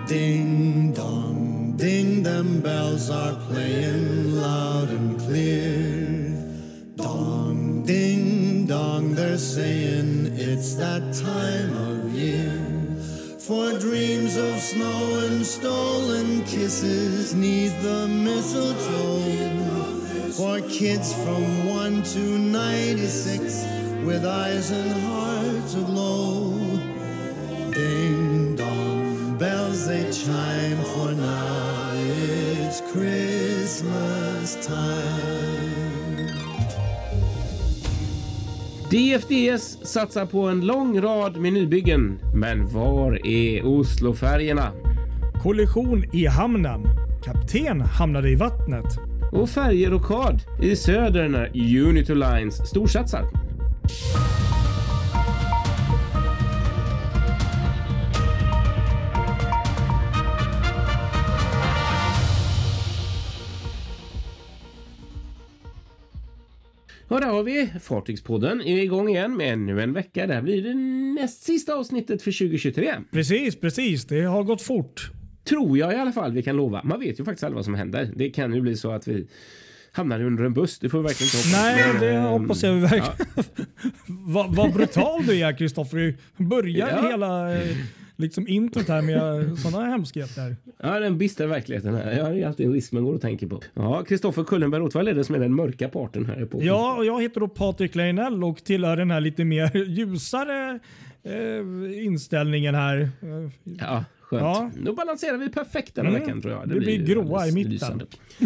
Ding dong, ding, them bells are playing loud and clear. Dong, ding dong, they're saying it's that time of year. For dreams of snow and stolen kisses neath the mistletoe. For kids from 1 to 96 with eyes and hearts aglow. Ding dong, bells they chime, for now it's Christmas time. DFDS satsar på en lång rad med nybyggen. Men var är Oslofärgerna? Kollision i hamnen. Kapten hamnade i vattnet. Och färgerokad i söder när Unity Lines storsatsar. Och där har vi Fartygspodden igång igen med ännu en vecka. Det här blir det näst sista avsnittet för 2023. Precis. Det har gått fort. Tror jag i alla fall vi kan lova. Man vet ju faktiskt aldrig vad som händer. Det kan ju bli så att vi hamnar under en buss. Det får vi verkligen inte hoppas. Nej, det hoppas jag verkligen. Ja. Vad brutal du är, Kristoffer. Börjar hela liksom introt här med sådana hemskheter. Ja, den bistra verkligheten här. Ja, det är alltid en risk man går och tänker på. Ja, Kristoffer Kullenberg Rotvall är det som är den mörka parten här på. Ja, och jag heter då Patrik Leinell och tillhör den här lite mer ljusare inställningen här. Ja, skönt. Ja. Då balanserar vi perfekt den här veckan, tror jag. Det blir gråa i mitten. Lysande.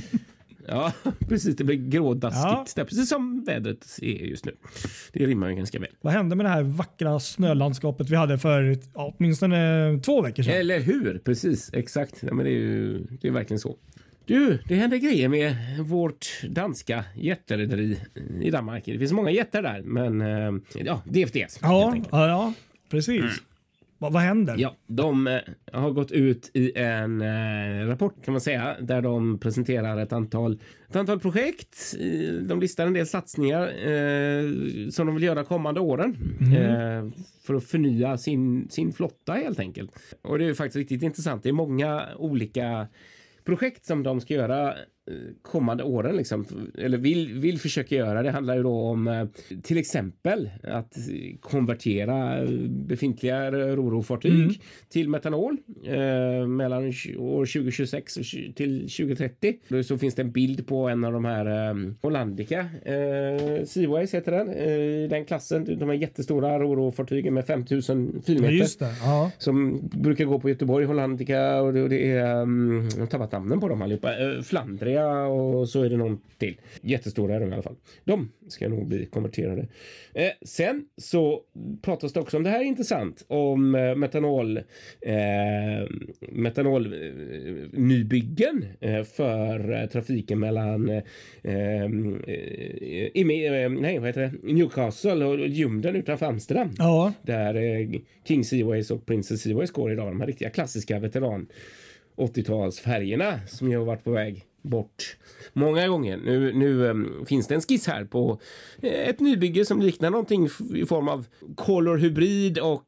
Ja, precis. Det blir grådaskigt. Ja. Precis som vädret är just nu. Det rimmar ju ganska väl. Vad hände med det här vackra snölandskapet vi hade för åtminstone 2 veckor sedan? Eller hur? Precis, exakt. Ja, men det är verkligen så. Du, det händer grejer med vårt danska jätterederi i Danmark. Det finns många jätter där, men DFDS. Ja, precis. Vad händer? Ja, de har gått ut i en rapport kan man säga, där de presenterar ett antal projekt. De listar en del satsningar som de vill göra kommande åren för att förnya sin flotta helt enkelt. Och det är faktiskt riktigt intressant. Det är många olika projekt som de ska göra kommande åren liksom, eller vill försöka göra. Det handlar ju då om till exempel att konvertera befintliga ro-ro-fartyg till metanol mellan år 2026 till 2030. Så finns det en bild på en av de här Hollandica Seaways heter den, den klassen, de här jättestora ro-ro-fartygen med 5000 filmeter. Just det, ja. Som brukar gå på Göteborg, Hollandica, och det är jag har tappat namnen på dem allihopa. Flandria och så är det någon till. Jättestora är de i alla fall. De ska nog bli konverterade. Sen så pratas det också om, det här är intressant, om metanol nybyggen för trafiken mellan Newcastle och Ljungden utanför Amsterdam. Ja. Där King Seaways och Princess Seaways går idag. De här riktiga klassiska veteran 80-talsfärgerna som ju har varit på väg bort många gånger. Nu finns det en skiss här på ett nybygge som liknar någonting i form av color hybrid och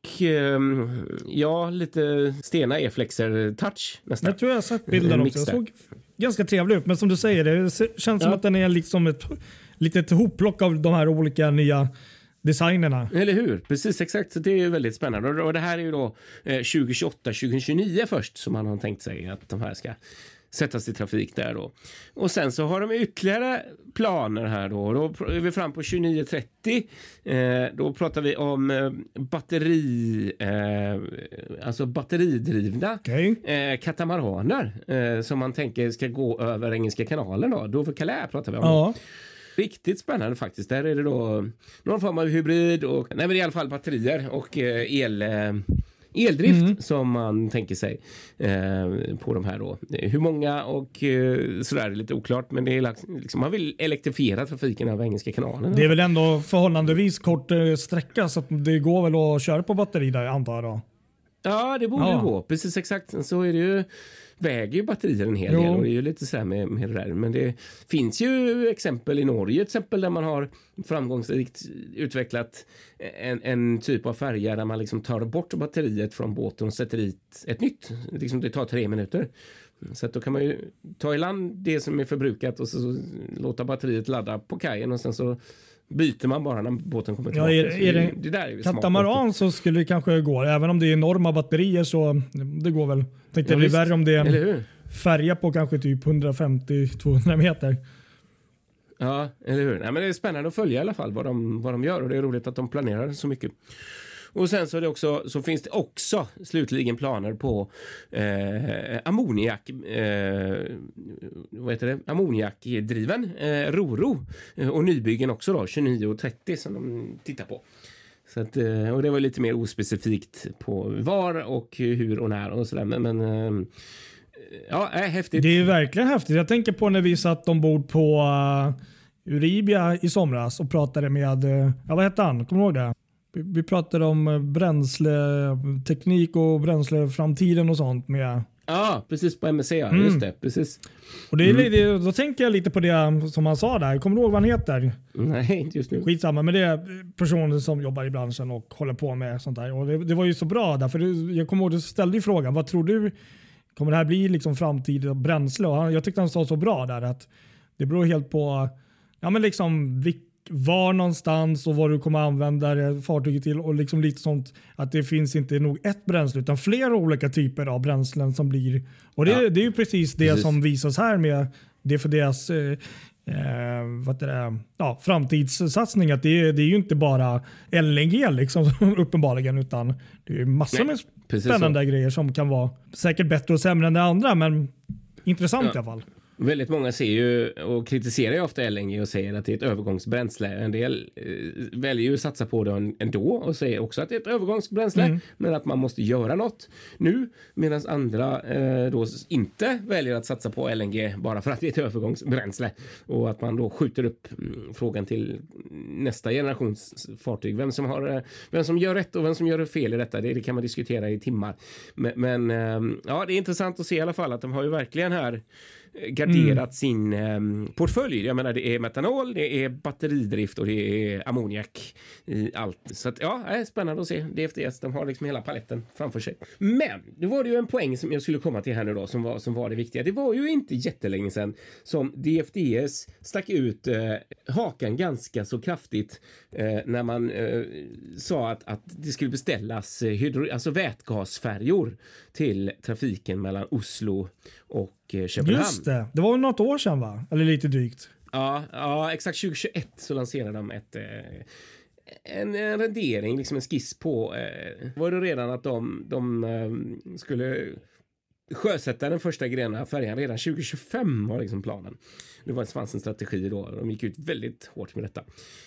lite Stena E-flexer touch nästan. Jag tror jag har sett bilden också. Det såg ganska trevligt ut, men som du säger, det känns som att den är liksom ett litet hopplock av de här olika nya designerna. Eller hur? Precis, exakt. Så det är väldigt spännande. Och det här är ju då 2028-2029 först som man har tänkt sig att de här ska sättas i trafik där då. Och sen så har de ytterligare planer här då. Då är vi fram på 2930. Då pratar vi om batteridrivna katamaraner som man tänker ska gå över Engelska kanalen då. Då för Calais pratar vi om. Ja. Riktigt spännande faktiskt. Där är det då någon form av hybrid och i alla fall batterier och eldrift som man tänker sig på de här då. Hur många och sådär är lite oklart, men det är liksom, man vill elektrifiera trafiken av Engelska kanalen. Det är väl ändå förhållandevis kort sträcka så att det går väl att köra på batteri där, antar jag då. Ja, det borde gå. Precis exakt. Så är det ju, väger ju batterier en hel del och det är ju lite så här med det där. Men det finns ju exempel i Norge, ett exempel där man har framgångsrikt utvecklat en typ av färja där man liksom tar bort batteriet från båten och sätter dit ett nytt. Liksom det tar 3 minuter. Så att då kan man ju ta i land det som är förbrukat och så låta batteriet ladda på kajen och sen så byter man bara när båten kommer tillbaka. Är det där är katamaran så skulle det kanske gå. Även om det är enorma batterier så det går väl. Tänkte det är värre om det är en färja på kanske typ 150-200 meter. Ja, eller hur? Nej, men det är spännande att följa i alla fall vad de gör och det är roligt att de planerar så mycket. Och sen så, är det också, så finns det också slutligen planer på ammoniakdriven Roro och nybyggen också då 29 och 30 som de tittar på. Så att, och det var lite mer ospecifikt på var och hur och när och sådär. Men ja, häftigt. Det är verkligen häftigt. Jag tänker på när vi satt ombord på Uribia i somras och pratade med, vad hette han? Kommer du ihåg det? Vi pratade om bränsleteknik och bränsleframtiden och sånt med. Ja, precis på MSC. Just det, precis. Och det är, då tänker jag lite på det som han sa där. Kommer du ihåg vad han heter? Nej, inte just nu. Skitsamma, men det är personer som jobbar i branschen och håller på med sånt där. Och det var ju så bra där, för jag kommer ihåg att du ställde ju frågan, vad tror du, kommer det här bli liksom framtida bränsle? Och jag tyckte han sa så bra där att det beror helt på, ja men liksom var någonstans och vad du kommer använda fartyget till och liksom lite sånt, att det finns inte nog ett bränsle utan flera olika typer av bränslen som blir, och det är ju precis det som visas här med det för deras framtidssatsning, att det är ju inte bara LNG liksom uppenbarligen, utan det är massor med spännande grejer som kan vara säkert bättre och sämre än det andra, men intressant i alla fall. Väldigt många ser ju och kritiserar ju ofta LNG och säger att det är ett övergångsbränsle. En del väljer ju att satsa på det ändå och säger också att det är ett övergångsbränsle men att man måste göra något nu, medan andra då inte väljer att satsa på LNG bara för att det är ett övergångsbränsle och att man då skjuter upp frågan till nästa generations fartyg. Vem som gör rätt och vem som gör fel i detta, det kan man diskutera i timmar. Men ja, det är intressant att se i alla fall att de har ju verkligen här garderat sin portfölj. Jag menar, det är metanol, det är batteridrift och det är ammoniak i allt. Så att, ja, det är spännande att se. DFDS, de har liksom hela paletten framför sig. Men, det var det ju en poäng som jag skulle komma till här nu då, som var det viktiga. Det var ju inte jättelänge sedan som DFDS stack ut hakan ganska så kraftigt när man sa att det skulle beställas alltså vätgasfärjor till trafiken mellan Oslo och Köpenhamn. Just det. Det var något år sedan, va? Eller lite drygt. Ja, exakt 2021 så lanserade de en rendering, liksom en skiss på var det redan att de skulle sjösätta den första grena färjan redan 2025 var liksom planen. Det fanns en strategi då. De gick ut väldigt hårt med detta.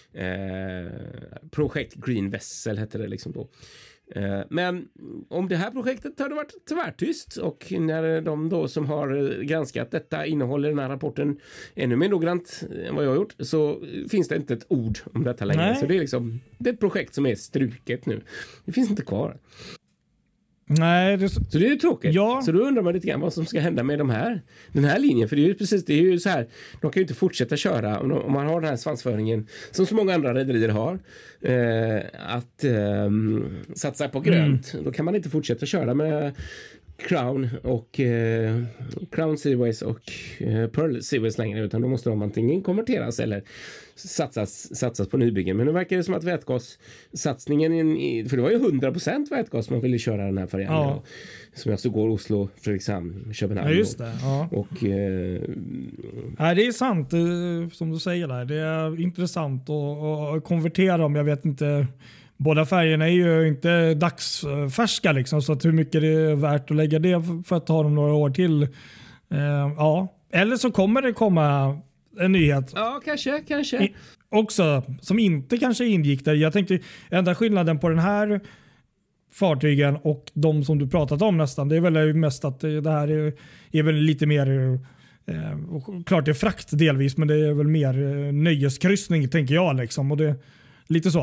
Projekt Green Vessel hette det liksom då. Men om det här projektet hade varit tvärtyst och när de då som har granskat detta innehåller den här rapporten ännu mer noggrant än vad jag har gjort, så finns det inte ett ord om detta längre. Nej. Så det är liksom det är ett projekt som är struket nu. Det finns inte kvar. Nej, så det är ju tråkigt. Ja. Så då undrar man lite grann vad som ska hända med den här linjen. För det är ju så här, de kan ju inte fortsätta köra om man har den här svansföringen som så många andra rederier har, att satsa på grönt. Då kan man inte fortsätta köra med Crown och Crown Seaways och Pearl Seaways längre, utan då måste de antingen konverteras eller satsas på nybyggen. Men nu verkar det som att vätgassatsningen för det var ju 100% vätgas man ville köra den här färjan. Ja. Som alltså går Oslo, Fredrikshamn, Köpenhamn. Ja, just det. Ja. Och nej, det är sant som du säger där. Det är intressant att konvertera dem. Jag vet inte. Båda färgerna är ju inte dagsfärska liksom, så att hur mycket det är värt att lägga det för att ta dem några år till. Ja, eller så kommer det komma en nyhet. Ja, kanske. Också som inte kanske ingick där. Jag tänkte enda skillnaden på den här fartygen och de som du pratat om nästan, det är väl mest att det här är väl lite mer klart det är frakt delvis, men det är väl mer nöjeskryssning tänker jag liksom, och det lite så.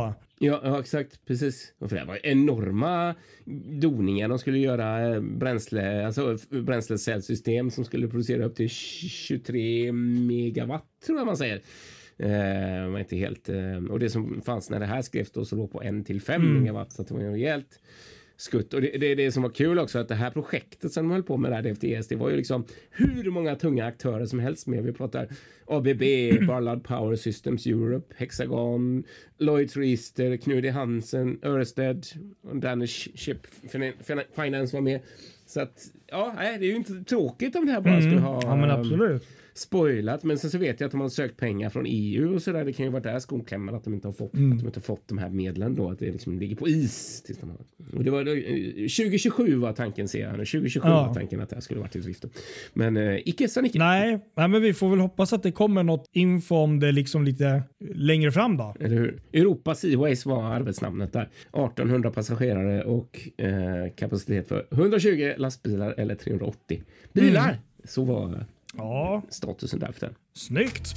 Ja, exakt. Precis. Och för det var enorma doningar. De skulle göra bränslecellsystem som skulle producera upp till 23 megawatt, tror jag man säger. Var inte helt, och det som fanns när det här skrevs då så låg på 1-5 megawatt, så det var ju rejält skutt. Och det som var kul också, att det här projektet som de höll på med där, DFDS, det var ju liksom hur många tunga aktörer som helst med. Vi pratar ABB, Ballard Power Systems Europe, Hexagon, Lloyds Register, Knud Hansen, Ørsted och Danish Ship Finance var med. Så att, ja, det är ju inte tråkigt om det här bara skulle ha... Ja, men absolut. Spoilat, men sen så vet jag att de har sökt pengar från EU och sådär. Det kan ju vara där skon klämmer, att de inte har fått, att de inte fått de här medlen då, att det liksom ligger på is tills de har. Och det var 2027 var tanken, ser jag. 2027 var tanken att det här skulle varit i drift. Men icke så icke. Nej, men vi får väl hoppas att det kommer något info om det liksom lite längre fram då. Eller hur? Europa Seaways var arbetsnamnet där. 1800 passagerare och kapacitet för 120 lastbilar eller 380 bilar. Så var statusen där för den. Snyggt!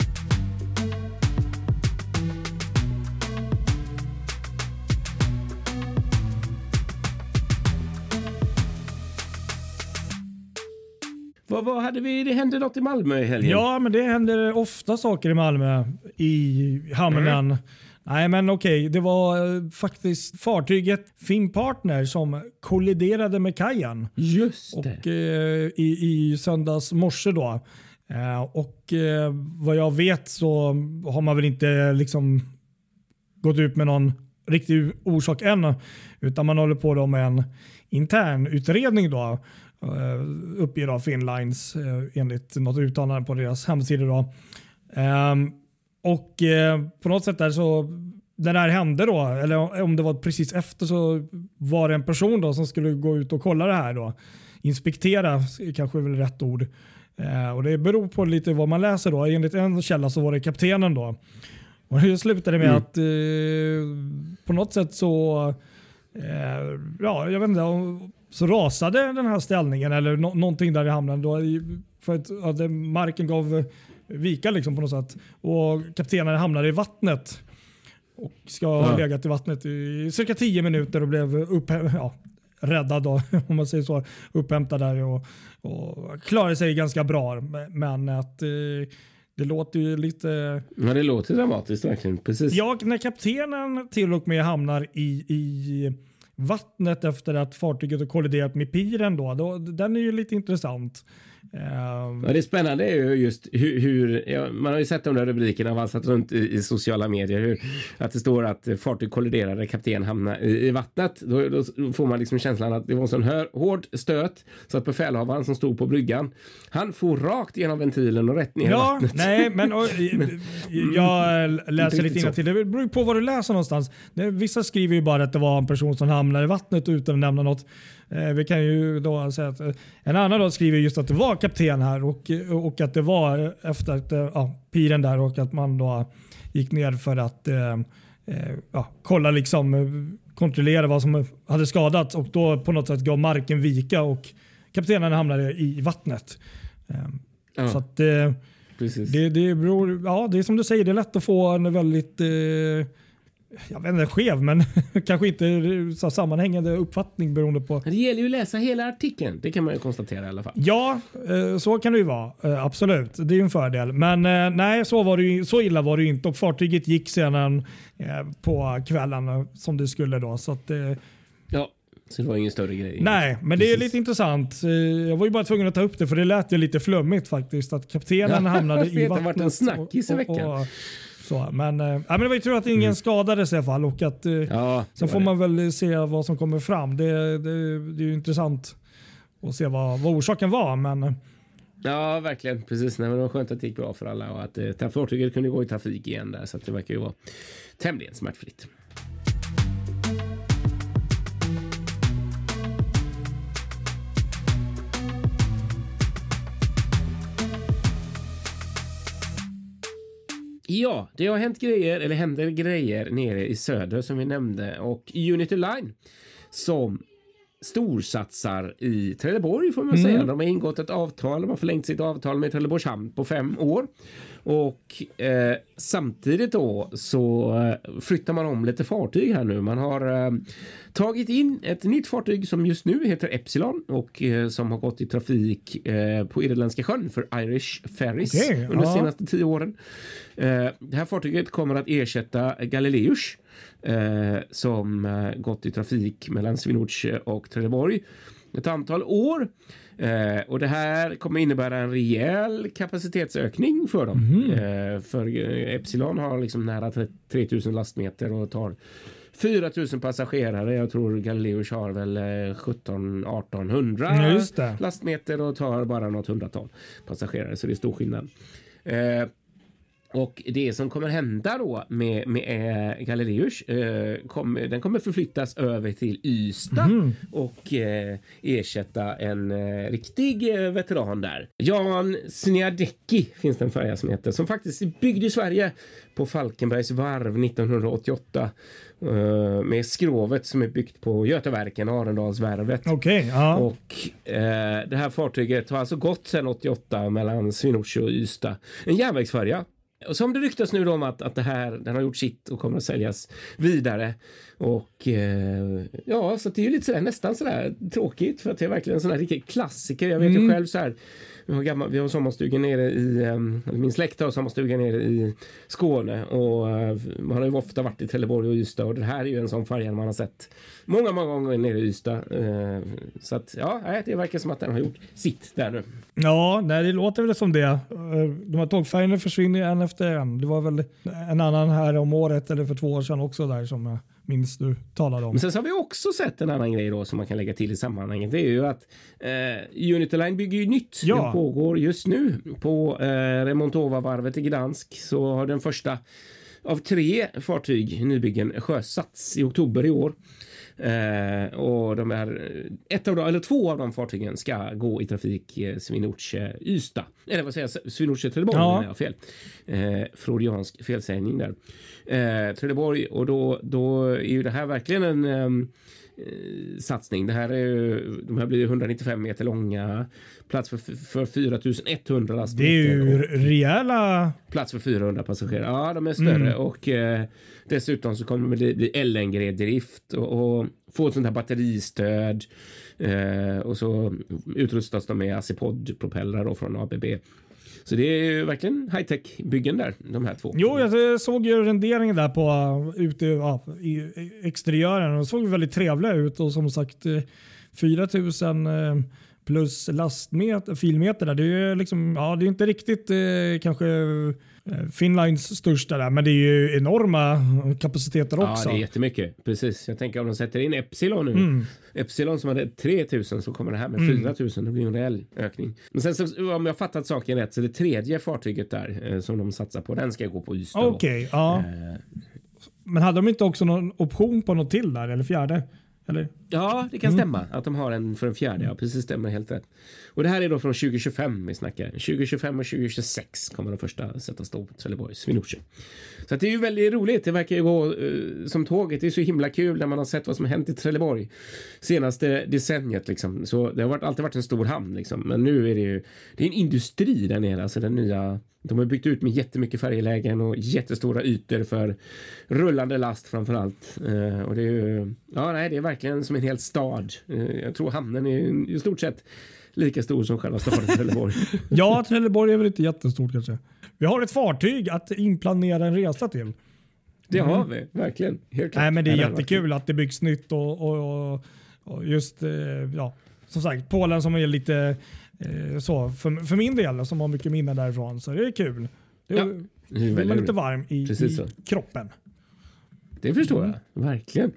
Vad hade vi? Det hände något i Malmö i helgen. Ja, men det händer ofta saker i Malmö i hamnen. Nej, men okej. Det var faktiskt fartyget Finn Partner som kolliderade med kajen. Just det. Och i söndags morse då. Och vad jag vet så har man väl inte liksom gått ut med någon riktig orsak än. Utan man håller på då med en intern utredning då. Uppger av Finnlines enligt något uttalande på deras hemsida då. Och på något sätt där så när det här hände då, eller om det var precis efter, så var det en person då som skulle gå ut och kolla det här då. Inspektera kanske är väl rätt ord. Och det beror på lite vad man läser då. Enligt en källa så var det kaptenen då. Och det slutade med att på något sätt så ja, jag vet inte, så rasade den här ställningen eller någonting där i hamnen då, för att marken gav vika liksom på något sätt. Och kaptenen hamnade i vattnet och ska ha legat i vattnet i cirka 10 minuter och blev räddad då, om man säger så, upphämtad där och klarade sig ganska bra, men att det låter ju lite... Ja, det låter dramatiskt verkligen, precis. Ja, när kaptenen till och med hamnar i vattnet efter att fartyget har kolliderat med piren då, den är ju lite intressant. Ja, det spännande är ju just hur man har ju sett de där rubrikerna valsat runt i sociala medier, att det står att fartyg kolliderade, kapten hamnar i vattnet. Då får man liksom känslan att det var en sån hård stöt så att befälhavaren som stod på bryggan, han får rakt genom ventilen och rätt ner i vattnet. Nej, men jag läser lite innantill. Det beror på vad du läser någonstans. Vissa skriver ju bara att det var en person som hamnar i vattnet utan att nämna något. Vi kan ju då säga att en annan då skriver just att det var kapten här och att det var efter att, piren där, och att man då gick ner för att kolla liksom, kontrollera vad som hade skadats, och då på något sätt gav marken vika och kaptenen hamnade i vattnet. Så att det beror, det är som du säger, det är lätt att få en väldigt jag vet inte, skev, men kanske inte så sammanhängande uppfattning beroende på. Det gäller ju att läsa hela artikeln, det kan man ju konstatera i alla fall. Ja, så kan det ju vara. Absolut, det är ju en fördel. Men nej, så illa var det ju inte, och fartyget gick sedan på kvällen som det skulle då. Så att, ja, så det var ingen större grej. Nej, men det är lite intressant. Jag var ju bara tvungen att ta upp det, för det lät ju lite flummigt faktiskt, att kaptenen hamnade i vattnet. Det har varit en snackis i veckan. Så, men det var ju tur att ingen skadades i alla fall, och att sen får man väl se vad som kommer fram. Det är ju intressant att se vad orsaken var, men ja, verkligen, precis. Nej, men det var skönt att det gick bra för alla och att fartyget kunde gå i trafik igen där, så att det verkar ju vara tämligen smärtfritt. Ja, det har händer grejer nere i söder som vi nämnde, och Unity Line som storsatsar i Trelleborg får man säga. De har ingått ett avtal, de har förlängt sitt avtal med Trelleborgs hamn på 5 år. Och samtidigt då så flyttar man om lite fartyg här nu. Man har tagit in ett nytt fartyg som just nu heter Epsilon och som har gått i trafik på Irländska sjön för Irish Ferries under de senaste 10 åren. Det här fartyget kommer att ersätta Galileus som gått i trafik mellan Swinoujscie och Trelleborg ett antal år. Och det här kommer innebära en rejäl kapacitetsökning för dem. För Epsilon har liksom nära 3000 lastmeter och tar 4000 passagerare. Jag tror Galileus har väl 1700-1800 lastmeter och tar bara något hundratal passagerare, så det är stor skillnad. Och det som kommer hända då med Galileus, den kommer förflyttas över till Ystad och ersätta en riktig veteran där. Jan Sniadecki finns det en färja som heter, som faktiskt är byggd i Sverige på Falkenbergs varv 1988 med skrovet som är byggt på Götaverken, Arendalsvarvet. Och det här fartyget har alltså gått sedan 88 mellan Swinoujscie och Ystad. En järnvägsfärja. Och som det ryktas nu om att den har gjort sitt och kommer att säljas vidare. Och så det är ju lite sådär, nästan sådär tråkigt, för att det är verkligen en sån här riktig klassiker. Jag vet ju själv så här, vi har sommarstugan nere i min släkt har sommarstugan nere i Skåne, och man har ju ofta varit i Trelleborg och Ystad, och det här är ju en sån färja man har sett många gånger nere i Ystad. Så att det verkar som att den har gjort sitt där nu. Ja, det låter väl som det. De här tågfärgerna försvinner en efter en. Det var väl en annan här om året eller för 2 år sedan också där som jag minns du talade om. Men sen så har vi också sett en annan grej då som man kan lägga till i sammanhanget. Det är ju att Unity Line bygger ju nytt. Ja. Det pågår just nu på Remontova-varvet i Gdansk, så har den första av 3 fartyg nybyggen sjösatts i oktober i år. Och de är 2 av de fartygen ska gå i trafik Swinoujscie-Ystad. Eller vad säger jag? Swinoujscie-Trelleborg, jag fel. Freudiansk felsägning där. Trelleborg, och då är ju det här verkligen en satsning. Det här de här blir 195 meter långa, plats för 4100 lastmeter. Det är ju rejäla plats för 400 passagerare. Ja, de är större och dessutom så kommer det bli LNG-drift och få ett sånt här batteristöd, och så utrustas de med Acipod-propellrar från ABB. Så det är ju verkligen high-tech-byggen där, de här 2. Jo, jag såg ju renderingen där på ute i exteriören, och det såg väldigt trevliga ut, och som sagt 4000 plus filmeter där. Det är liksom, det är inte riktigt kanske Finnlines största där, men det är ju enorma kapaciteter också. Ja, det är jättemycket. Precis. Jag tänker om de sätter in Epsilon nu. Epsilon som hade 3000, så kommer det här med 4000. Det blir en reell ökning. Men sen så, om jag fattat saken rätt, så det 3:e fartyget där som de satsar på, den ska gå på Ystad. Okej, ja. Men hade de inte också någon option på något till där, eller 4:e? Eller? Ja, det kan stämma att de har en för en 4:e. Ja, precis, stämmer helt rätt. Och det här är då från 2025 vi snackar. 2025 och 2026 kommer de första sätta stå på Trelleborg, Swinoujscie. Så att det är ju väldigt roligt. Det verkar ju gå som tåget. Det är så himla kul när man har sett vad som har hänt i Trelleborg senaste decenniet liksom. Så det har alltid varit en stor hamn liksom. Men nu är det är en industri där nere. Alltså de har byggt ut med jättemycket färjelägen och jättestora ytor för rullande last framförallt. Och det är ju, det är verkligen som en hel stad. Jag tror hamnen är i stort sett lika stor som själva staden Trelleborg. Ja, Trelleborg är väl inte jättestort kanske. Vi har ett fartyg att inplanera en resa till. Det har vi, verkligen. Helt klart. Nej, men det är jättekul att det byggs nytt och just, som sagt, Polen som är lite så, för min del som har mycket minne därifrån, så det är kul. Det är lite varm i kroppen. Det förstår jag, verkligen.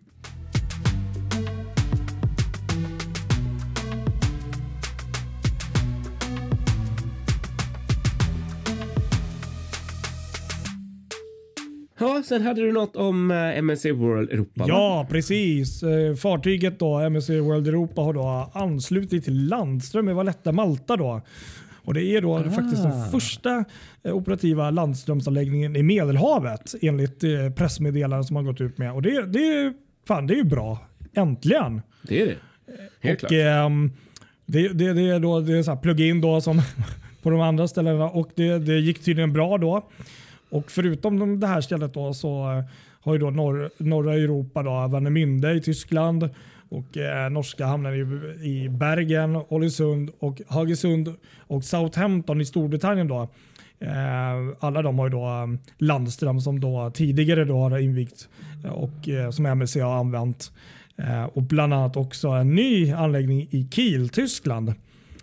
Ja, sen hade du något om MSC World Europa. Ja, precis. Fartyget då, MSC World Europa, har då anslutit till landström i Valletta, Malta då. Och det är då faktiskt den första operativa landströmsanläggningen i Medelhavet enligt pressmeddelanden som har gått ut med. Och det är ju bra. Äntligen. Det är det. Helt klart. Det är då det är så här plug-in då som på de andra ställena och det gick tydligen bra då. Och förutom det här stället då så har ju då norra Europa då Warnemünde i Tyskland och norska hamnar i Bergen, Ålesund och Hagesund och Southampton i Storbritannien då. Alla de har ju då landström som då tidigare då har invigt och som MSC har använt. Och bland annat också en ny anläggning i Kiel, Tyskland.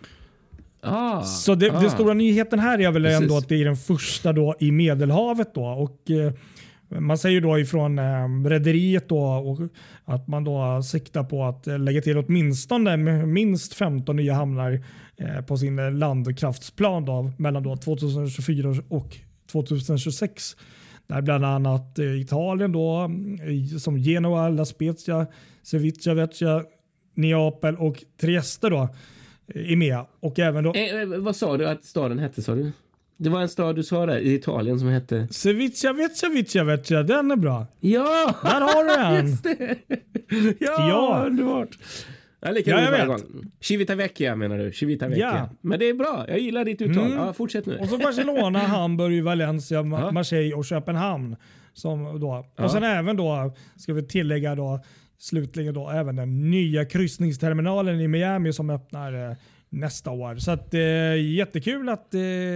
Så det stora nyheten här är väl ändå att det är den första då i Medelhavet då och man säger då ifrån rederiet då och att man då siktar på att lägga till åtminstone minst 15 nya hamnar på sin landkraftsplan då, mellan då 2024 och 2026. Där bland annat Italien då som Genoa, La Spezia, Civitavecchia, Neapel och Trieste då är med. Och även då... vad sa du att staden hette, sa du? Det var en stad du sa där i Italien som hette... Civitavecchia, den är bra. Ja! Där har du den! Just det! Ja, underbart. Jag vet. Civitavecchia menar du? Civitavecchia. Ja. Men det är bra, jag gillar ditt uttal. Ja, fortsätt nu. Och så Barcelona, Hamburg, Valencia, Marseille och Köpenhamn. Som då. Och sen även då, ska vi tillägga då, slutligen då även den nya kryssningsterminalen i Miami som öppnar nästa år. Så att det är jättekul att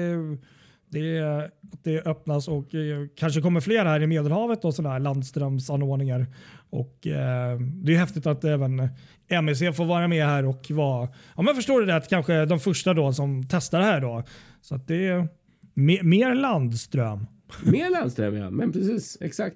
det öppnas och kanske kommer fler här i Medelhavet och sådana här landströmsanordningar. Och det är häftigt att även MSC får vara med här och vara, om jag förstår det rätt, kanske de första då som testar det här då. Så att det är mer landström. Mer landström, ja. Men precis, exakt.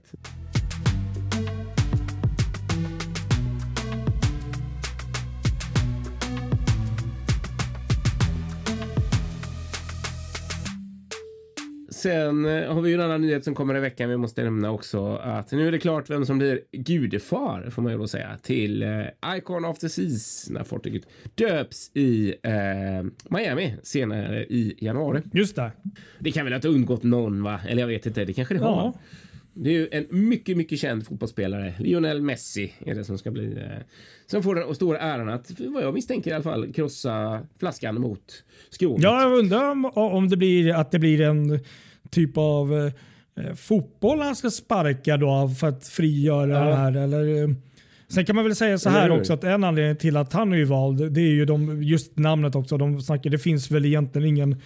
Sen har vi ju en annan nyhet som kommer i veckan. Vi måste nämna också att nu är det klart vem som blir gudefar, får man ju då säga, till Icon of the Seas när fartyget döps i Miami senare i januari. Just det. Det kan väl inte ha undgått någon, va? Eller jag vet inte, det kanske det har. Ja. Det är ju en mycket, mycket känd fotbollsspelare. Lionel Messi är det som ska bli... som får den stora äran att, vad jag misstänker i alla fall, krossa flaskan mot skrovet. Jag undrar om det blir en typ av fotboll han ska sparka då för att frigöra det här. Eller, sen kan man väl säga så här också att en anledning till att han är vald, det är ju just namnet också. De snackar, det finns väl egentligen ingen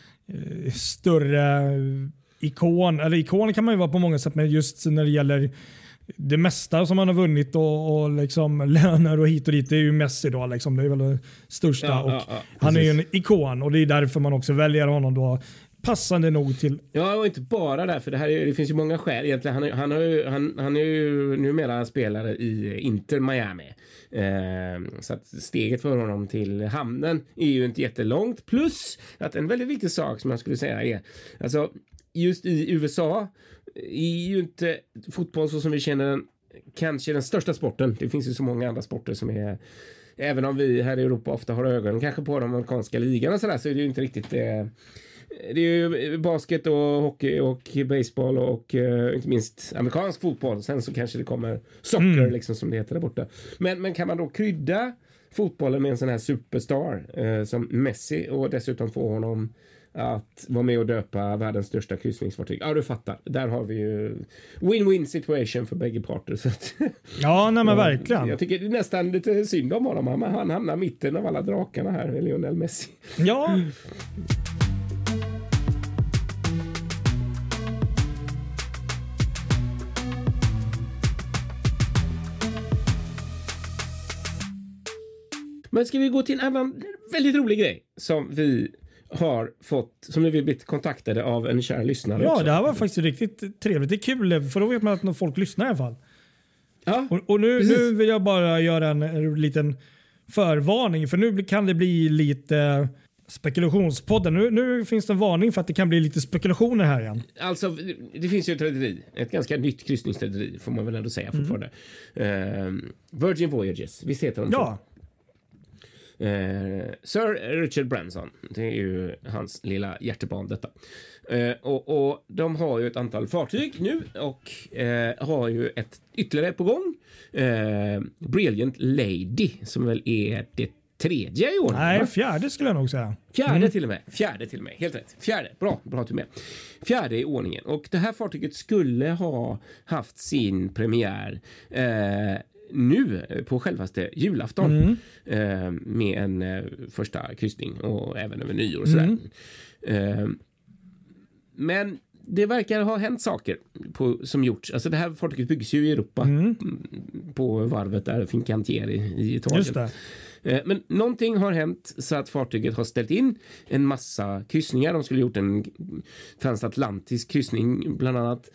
större... ikon kan man ju vara på många sätt, men just när det gäller det mesta som han har vunnit och liksom löner och hit och dit, det är ju Messi då liksom, det är väl det största och han är ju en ikon och det är därför man också väljer honom då passande nog till. Ja, och inte bara därför, det finns ju många skäl egentligen. Han är ju numera spelare i Inter Miami. Så att steget för honom till hamnen är ju inte jättelångt, plus att en väldigt viktig sak som jag skulle säga är, alltså just i USA är ju inte fotboll så som vi känner den, kanske den största sporten. Det finns ju så många andra sporter som är, även om vi här i Europa ofta har ögonen kanske på de amerikanska ligan och sådär, så är det ju inte riktigt det är ju basket och hockey och baseball och inte minst amerikansk fotboll. Sen så kanske det kommer soccer liksom som det heter där borta. Men kan man då krydda fotbollen med en sån här superstar som Messi och dessutom få honom att vara med och döpa världens största kryssningsfartyg. Ja, du fattar. Där har vi ju win-win situation för bägge parter. Så att, ja, nej men verkligen. Jag tycker det är nästan lite synd om honom. Han hamnar mitten av alla drakarna här, Lionel Messi. Ja. Men ska vi gå till en annan väldigt rolig grej som vi har fått, som vi blivit kontaktade av en kär lyssnare. Ja, också. Det här var faktiskt riktigt trevligt. Det är kul, för då vet man att folk lyssnar i alla fall. Ja, och nu vill jag bara göra en liten förvarning, för nu kan det bli lite spekulationspodden. Nu finns det en varning för att det kan bli lite spekulationer här igen. Alltså, det finns ju ett rederi, ett ganska nytt kryssningsrederi får man väl ändå säga fortfarande. Virgin Voyages, visst heter de så? Ja. Sir Richard Branson, det är ju hans lilla hjärtebarn detta. Och de har ju ett antal fartyg nu och har ju ett ytterligare på gång. Brilliant Lady som väl är det tredje i ordningen. Nej, fjärde skulle jag nog säga. Fjärde till och med. Helt rätt. Fjärde. Bra att du är med. Fjärde i ordningen. Och det här fartyget skulle ha haft sin premiär nu på självaste julafton med en första kryssning och även över nyår och sådär. Men det verkar ha hänt saker som gjorts. Alltså det här fartyget byggs ju i Europa på varvet där Fincantieri i Italien. Just det. Men någonting har hänt så att fartyget har ställt in en massa kryssningar. De skulle gjort en transatlantisk kryssning bland annat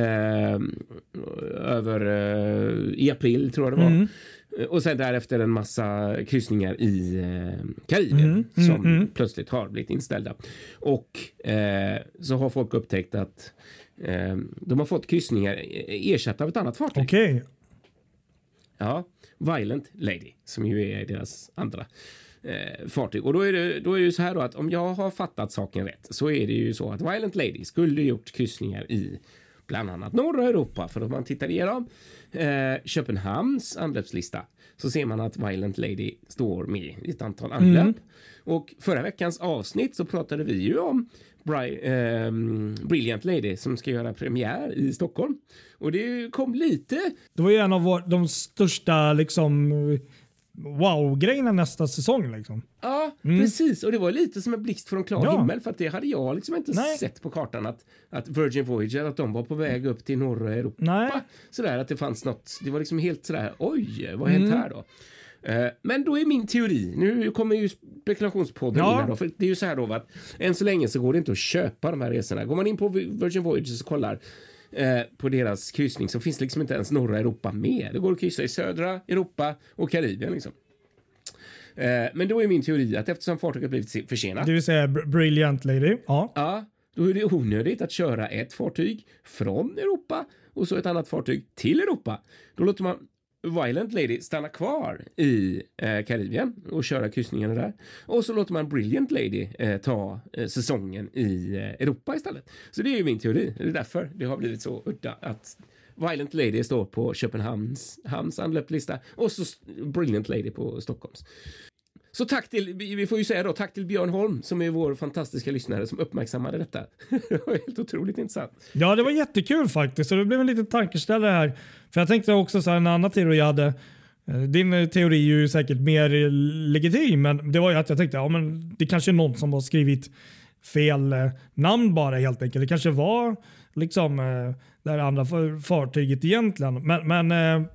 i april tror jag det var. Och sen därefter en massa kryssningar i Karibien som plötsligt har blivit inställda. Och så har folk upptäckt att de har fått kryssningar ersatta av ett annat fartyg. Okej. Ja, Violent Lady som ju är deras andra fartyg. Och då är det ju så här då att om jag har fattat saken rätt så är det ju så att Violent Lady skulle gjort kryssningar i bland annat norra Europa. För om man tittar igenom Köpenhamns anlöpslista så ser man att Violent Lady står med i ett antal anlöp. Och förra veckans avsnitt så pratade vi ju om Brilliant Lady som ska göra premiär i Stockholm. Och det kom lite... Det var ju en av de största liksom wow-grejerna nästa säsong. Liksom. Ja, precis. Och det var lite som en blixt från klar himmel för att det hade jag liksom inte sett på kartan att Virgin Voyager, att de var på väg upp till norra Europa. Nej. Sådär att det fanns något, det var liksom helt sådär, oj, vad har hänt här då? Men då är min teori, nu kommer ju spekulationspodden in här då, för det är ju så här då att än så länge så går det inte att köpa de här resorna. Går man in på Virgin Voyager och kollar på deras kryssning så finns liksom inte ens norra Europa med. Det går att kryssa i södra Europa och Karibien liksom. Men då är min teori att eftersom fartyget blivit försenat. Det vill säga Brilliant Lady. Ja, då är det onödigt att köra ett fartyg från Europa och så ett annat fartyg till Europa. Då låter man Violent Lady stanna kvar i Karibien och köra kryssningarna där. Och så låter man Brilliant Lady ta säsongen i Europa istället. Så det är ju min teori. Det är därför det har blivit så udda att Violent Lady står på Köpenhamns anlöplista och så Brilliant Lady på Stockholms. Så vi får ju säga då, tack till Björn Holm som är vår fantastiska lyssnare som uppmärksammade detta. Det var helt otroligt intressant. Ja, det var jättekul faktiskt. Så det blev en liten tankeställare här. För jag tänkte också så här, en annan teori jag hade. Din teori är ju säkert mer legitim, men det var ju att jag tänkte men det kanske är någon som har skrivit fel namn bara helt enkelt. Det kanske var liksom det här andra fartyget egentligen. Men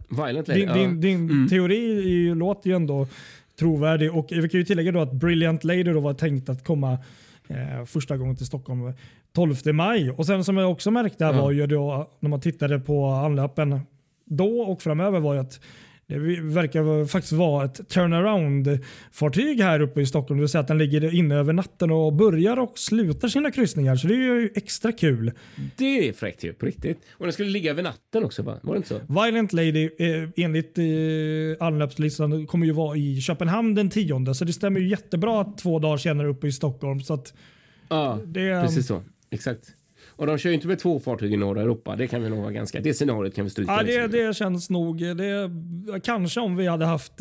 din teori låter ju ändå trovärdig, och vi kan ju tillägga då att Brilliant Lady då var tänkt att komma första gången till Stockholm 12 maj. Och sen som jag också märkte var ju då när man tittade på anlöpen då och framöver var ju att det verkar faktiskt vara ett turnaround-fartyg här uppe i Stockholm. Det vill säga att den ligger inne över natten och börjar och slutar sina kryssningar. Så det är ju extra kul. Det är fräckt ju, på riktigt. Och den skulle ligga över natten också, va? Var det inte så? Violent Lady enligt anlöpslistan kommer ju vara i Köpenhamn den 10. Så det stämmer ju jättebra att 2 dagar senare uppe i Stockholm. Så att ja, precis så. Exakt. Och de kör ju inte med 2 fartyg i norra Europa. Det kan vi nog vara ganska... Det scenariot kan vi stryka. Ja, det känns nog... kanske om vi hade haft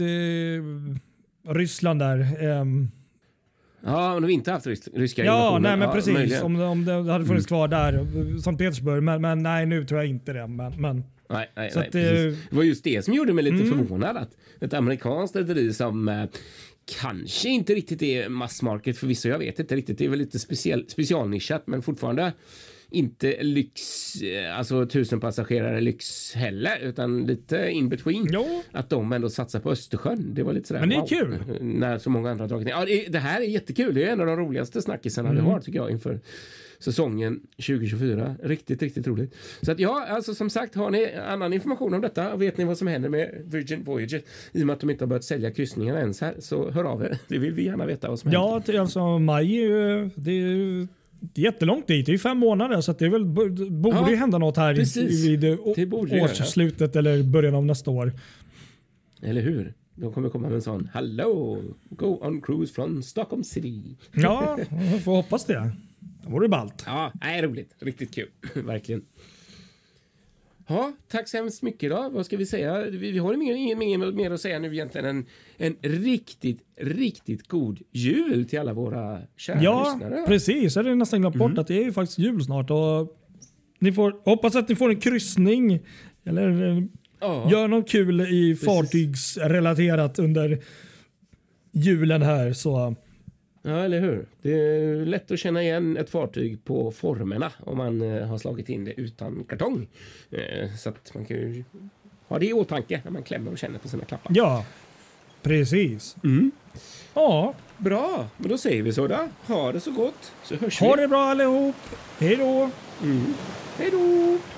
Ryssland där. Ja, om vi inte haft ryska invasioner. Nej, men precis. Möjligen. Om det hade funnits kvar där. Sankt Petersburg. Men nej, nu tror jag inte det. Men. Nej, det var just det som gjorde mig lite förvånad. Att ett amerikanskt rederi som... kanske inte riktigt är massmarket förvisso, jag vet inte riktigt. Det är väl lite specialnischat, men fortfarande inte lyx, alltså 1000 passagerare lyx heller, utan lite in between. Jo. Att de ändå satsar på Östersjön. Det var lite sådär, men det är kul. När så många andra dragit ner. Ja, det här är jättekul. Det är en av de roligaste snackisarna vi har, tycker jag, inför säsongen 2024. Riktigt, riktigt roligt. Så att alltså som sagt, har ni annan information om detta och vet ni vad som händer med Virgin Voyager i och med att de inte har börjat sälja kryssningarna ens här, så hör av er. Det vill vi gärna veta vad som händer. Ja, alltså maj det är jättelångt dit. Det är 5 månader, så att det väl borde ju hända något här vid årsslutet eller början av nästa år. Eller hur? De kommer komma med en sån hello, go on cruise from Stockholm City. Ja, jag får hoppas det. Det vore ballt. Ja, roligt. Riktigt kul. Verkligen. Ja, tack så hemskt mycket då. Vad ska vi säga? Vi har inget mer att säga nu egentligen än en riktigt god jul till alla våra kära lyssnare. Ja, precis. Jag hade nästan glömt bort att det är ju faktiskt jul snart. Och hoppas att ni får en kryssning eller gör något kul i fartygsrelaterat under julen här. Så. Ja, eller hur? Det är lätt att känna igen ett fartyg på formerna om man har slagit in det utan kartong. Så att man kan ju ha det i åtanke när man klämmer och känner på sina klappar. Ja, precis. Ja. Bra, men då säger vi så då. Ha det så gott, så hörs vi. Ha det bra allihop. Hej då. Hej då.